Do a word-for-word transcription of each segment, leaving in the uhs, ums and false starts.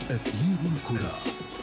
أثير الكرة.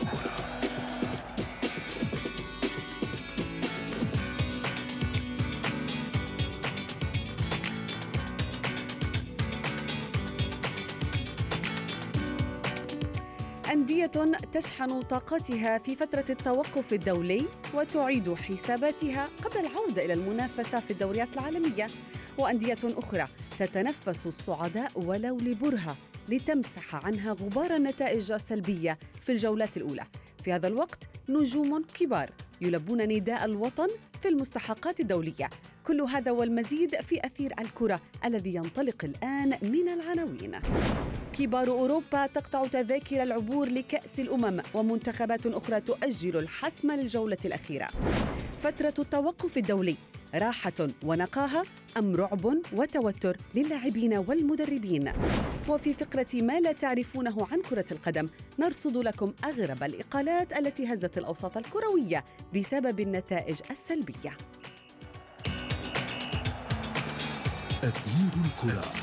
أندية تشحن طاقتها في فترة التوقف الدولي وتعيد حساباتها قبل العودة إلى المنافسة في الدوريات العالمية، وأندية أخرى تتنفس الصعداء ولو لبرهة لتمسح عنها غبار النتائج السلبية في الجولات الأولى. في هذا الوقت نجوم كبار يلبون نداء الوطن في المستحقات الدولية. كل هذا والمزيد في أثير الكرة الذي ينطلق الآن من العناوين. كبار أوروبا تقطع تذاكر العبور لكأس الأمم، ومنتخبات أخرى تؤجل الحسم للجولة الأخيرة. فترة التوقف الدولي راحة ونقاهة أم رعب وتوتر للاعبين والمدربين؟ وفي فقرة ما لا تعرفونه عن كرة القدم نرصد لكم أغرب الإقالات التي هزت الأوساط الكروية بسبب النتائج السلبية. أثير الكرة.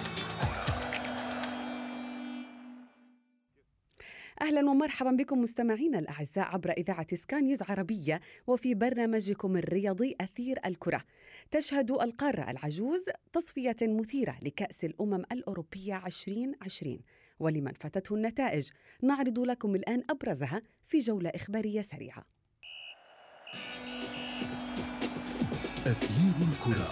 أهلا ومرحبا بكم مستمعينا الأعزاء عبر إذاعة سكاي نيوز عربية وفي برنامجكم الرياضي أثير الكرة. تشهد القارة العجوز تصفية مثيرة لكأس الأمم الأوروبية عشرين عشرين، ولمن فاتته النتائج نعرض لكم الآن أبرزها في جولة إخبارية سريعة. أثير الكرة.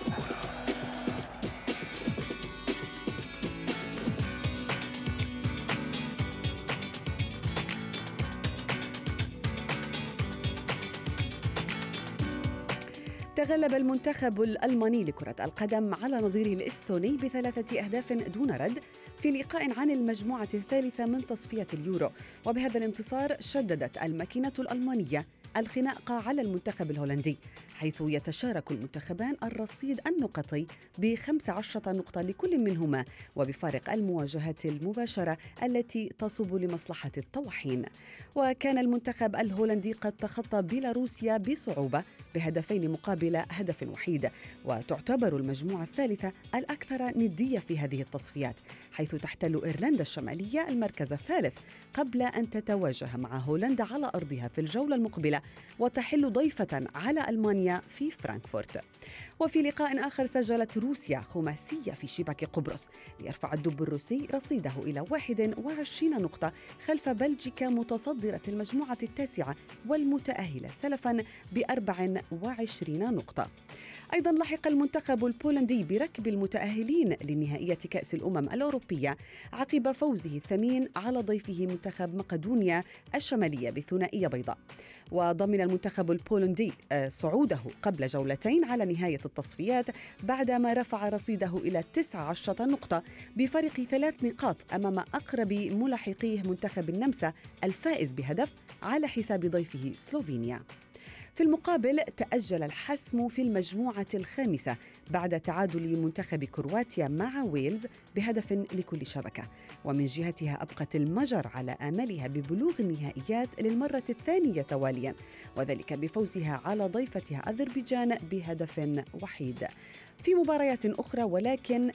تغلب المنتخب الألماني لكرة القدم على نظيره الإستوني بثلاثة أهداف دون رد في لقاء عن المجموعة الثالثة من تصفية اليورو، وبهذا الانتصار شددت الماكينة الألمانية الخناق على المنتخب الهولندي، حيث يتشارك المنتخبان الرصيد النقطي بخمس عشرة نقطة لكل منهما، وبفارق المواجهات المباشرة التي تصب لمصلحة الطواحين. وكان المنتخب الهولندي قد تخطى بيلاروسيا بصعوبة بهدفين مقابل هدف وحيد، وتعتبر المجموعة الثالثة الأكثر ندية في هذه التصفيات، حيث تحتل إيرلندا الشمالية المركز الثالث قبل أن تتواجه مع هولندا على أرضها في الجولة المقبلة وتحل ضيفة على ألمانيا في فرانكفورت. وفي لقاء آخر سجلت روسيا خماسية في شباك قبرص ليرفع الدب الروسي رصيده إلى واحد وعشرين نقطة خلف بلجيكا متصدرة المجموعة التاسعة والمتأهلة سلفا بأربع وعشرين نقطة. أيضا لحق المنتخب البولندي بركب المتأهلين لنهائية كأس الأمم الأوروبية عقب فوزه الثمين على ضيفه منتخب مقدونيا الشمالية بثنائية بيضاء. وضمن المنتخب البولندي صعوده قبل جولتين على نهاية التصفيات بعدما رفع رصيده إلى تسعة عشر نقطة بفارق ثلاث نقاط أمام أقرب ملاحقيه منتخب النمسا الفائز بهدف على حساب ضيفه سلوفينيا. في المقابل تأجل الحسم في المجموعة الخامسة بعد تعادل منتخب كرواتيا مع ويلز بهدف لكل شبكة، ومن جهتها أبقت المجر على آمالها ببلوغ النهائيات للمرة الثانية تواليا، وذلك بفوزها على ضيفتها أذربيجان بهدف وحيد. في مباريات أخرى ولكن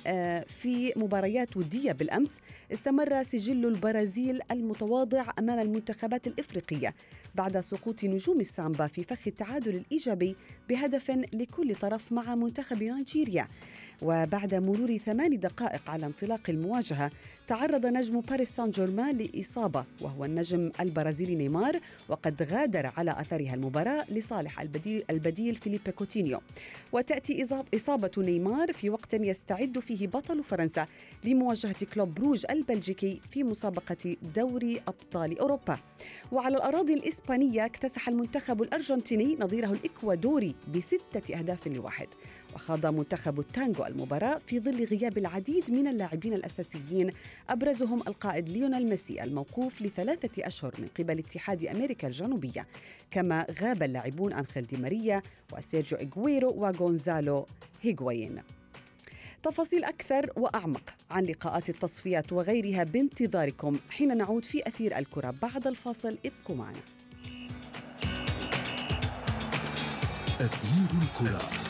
في مباريات ودية بالأمس استمر سجل البرازيل المتواضع أمام المنتخبات الإفريقية بعد سقوط نجوم السامبا في فخ التعادل الإيجابي بهدف لكل طرف مع منتخب نيجيريا. وبعد مرور ثمان دقائق على انطلاق المواجهة تعرض نجم باريس سان جيرمان لإصابة، وهو النجم البرازيلي نيمار، وقد غادر على أثرها المباراة لصالح البديل, البديل فيليبي كوتينيو. وتأتي إصابة نيمار في وقت يستعد فيه بطل فرنسا لمواجهة كلوب بروج البلجيكي في مسابقة دوري أبطال أوروبا. وعلى الأراضي الإسبانية اكتسح المنتخب الأرجنتيني نظيره الإكوادوري بستة أهداف لواحد، وخاض منتخب التانغو المباراة في ظل غياب العديد من اللاعبين الأساسيين أبرزهم القائد ليونيل ميسي الموقوف لثلاثة أشهر من قبل اتحاد أمريكا الجنوبية، كما غاب اللاعبون أنخيل دي ماريا وسيرجيو إغويرو وغونزالو هيغوايين. تفاصيل أكثر وأعمق عن لقاءات التصفيات وغيرها بانتظاركم حين نعود في أثير الكرة بعد الفاصل. ابقوا معنا. أثير الكرة.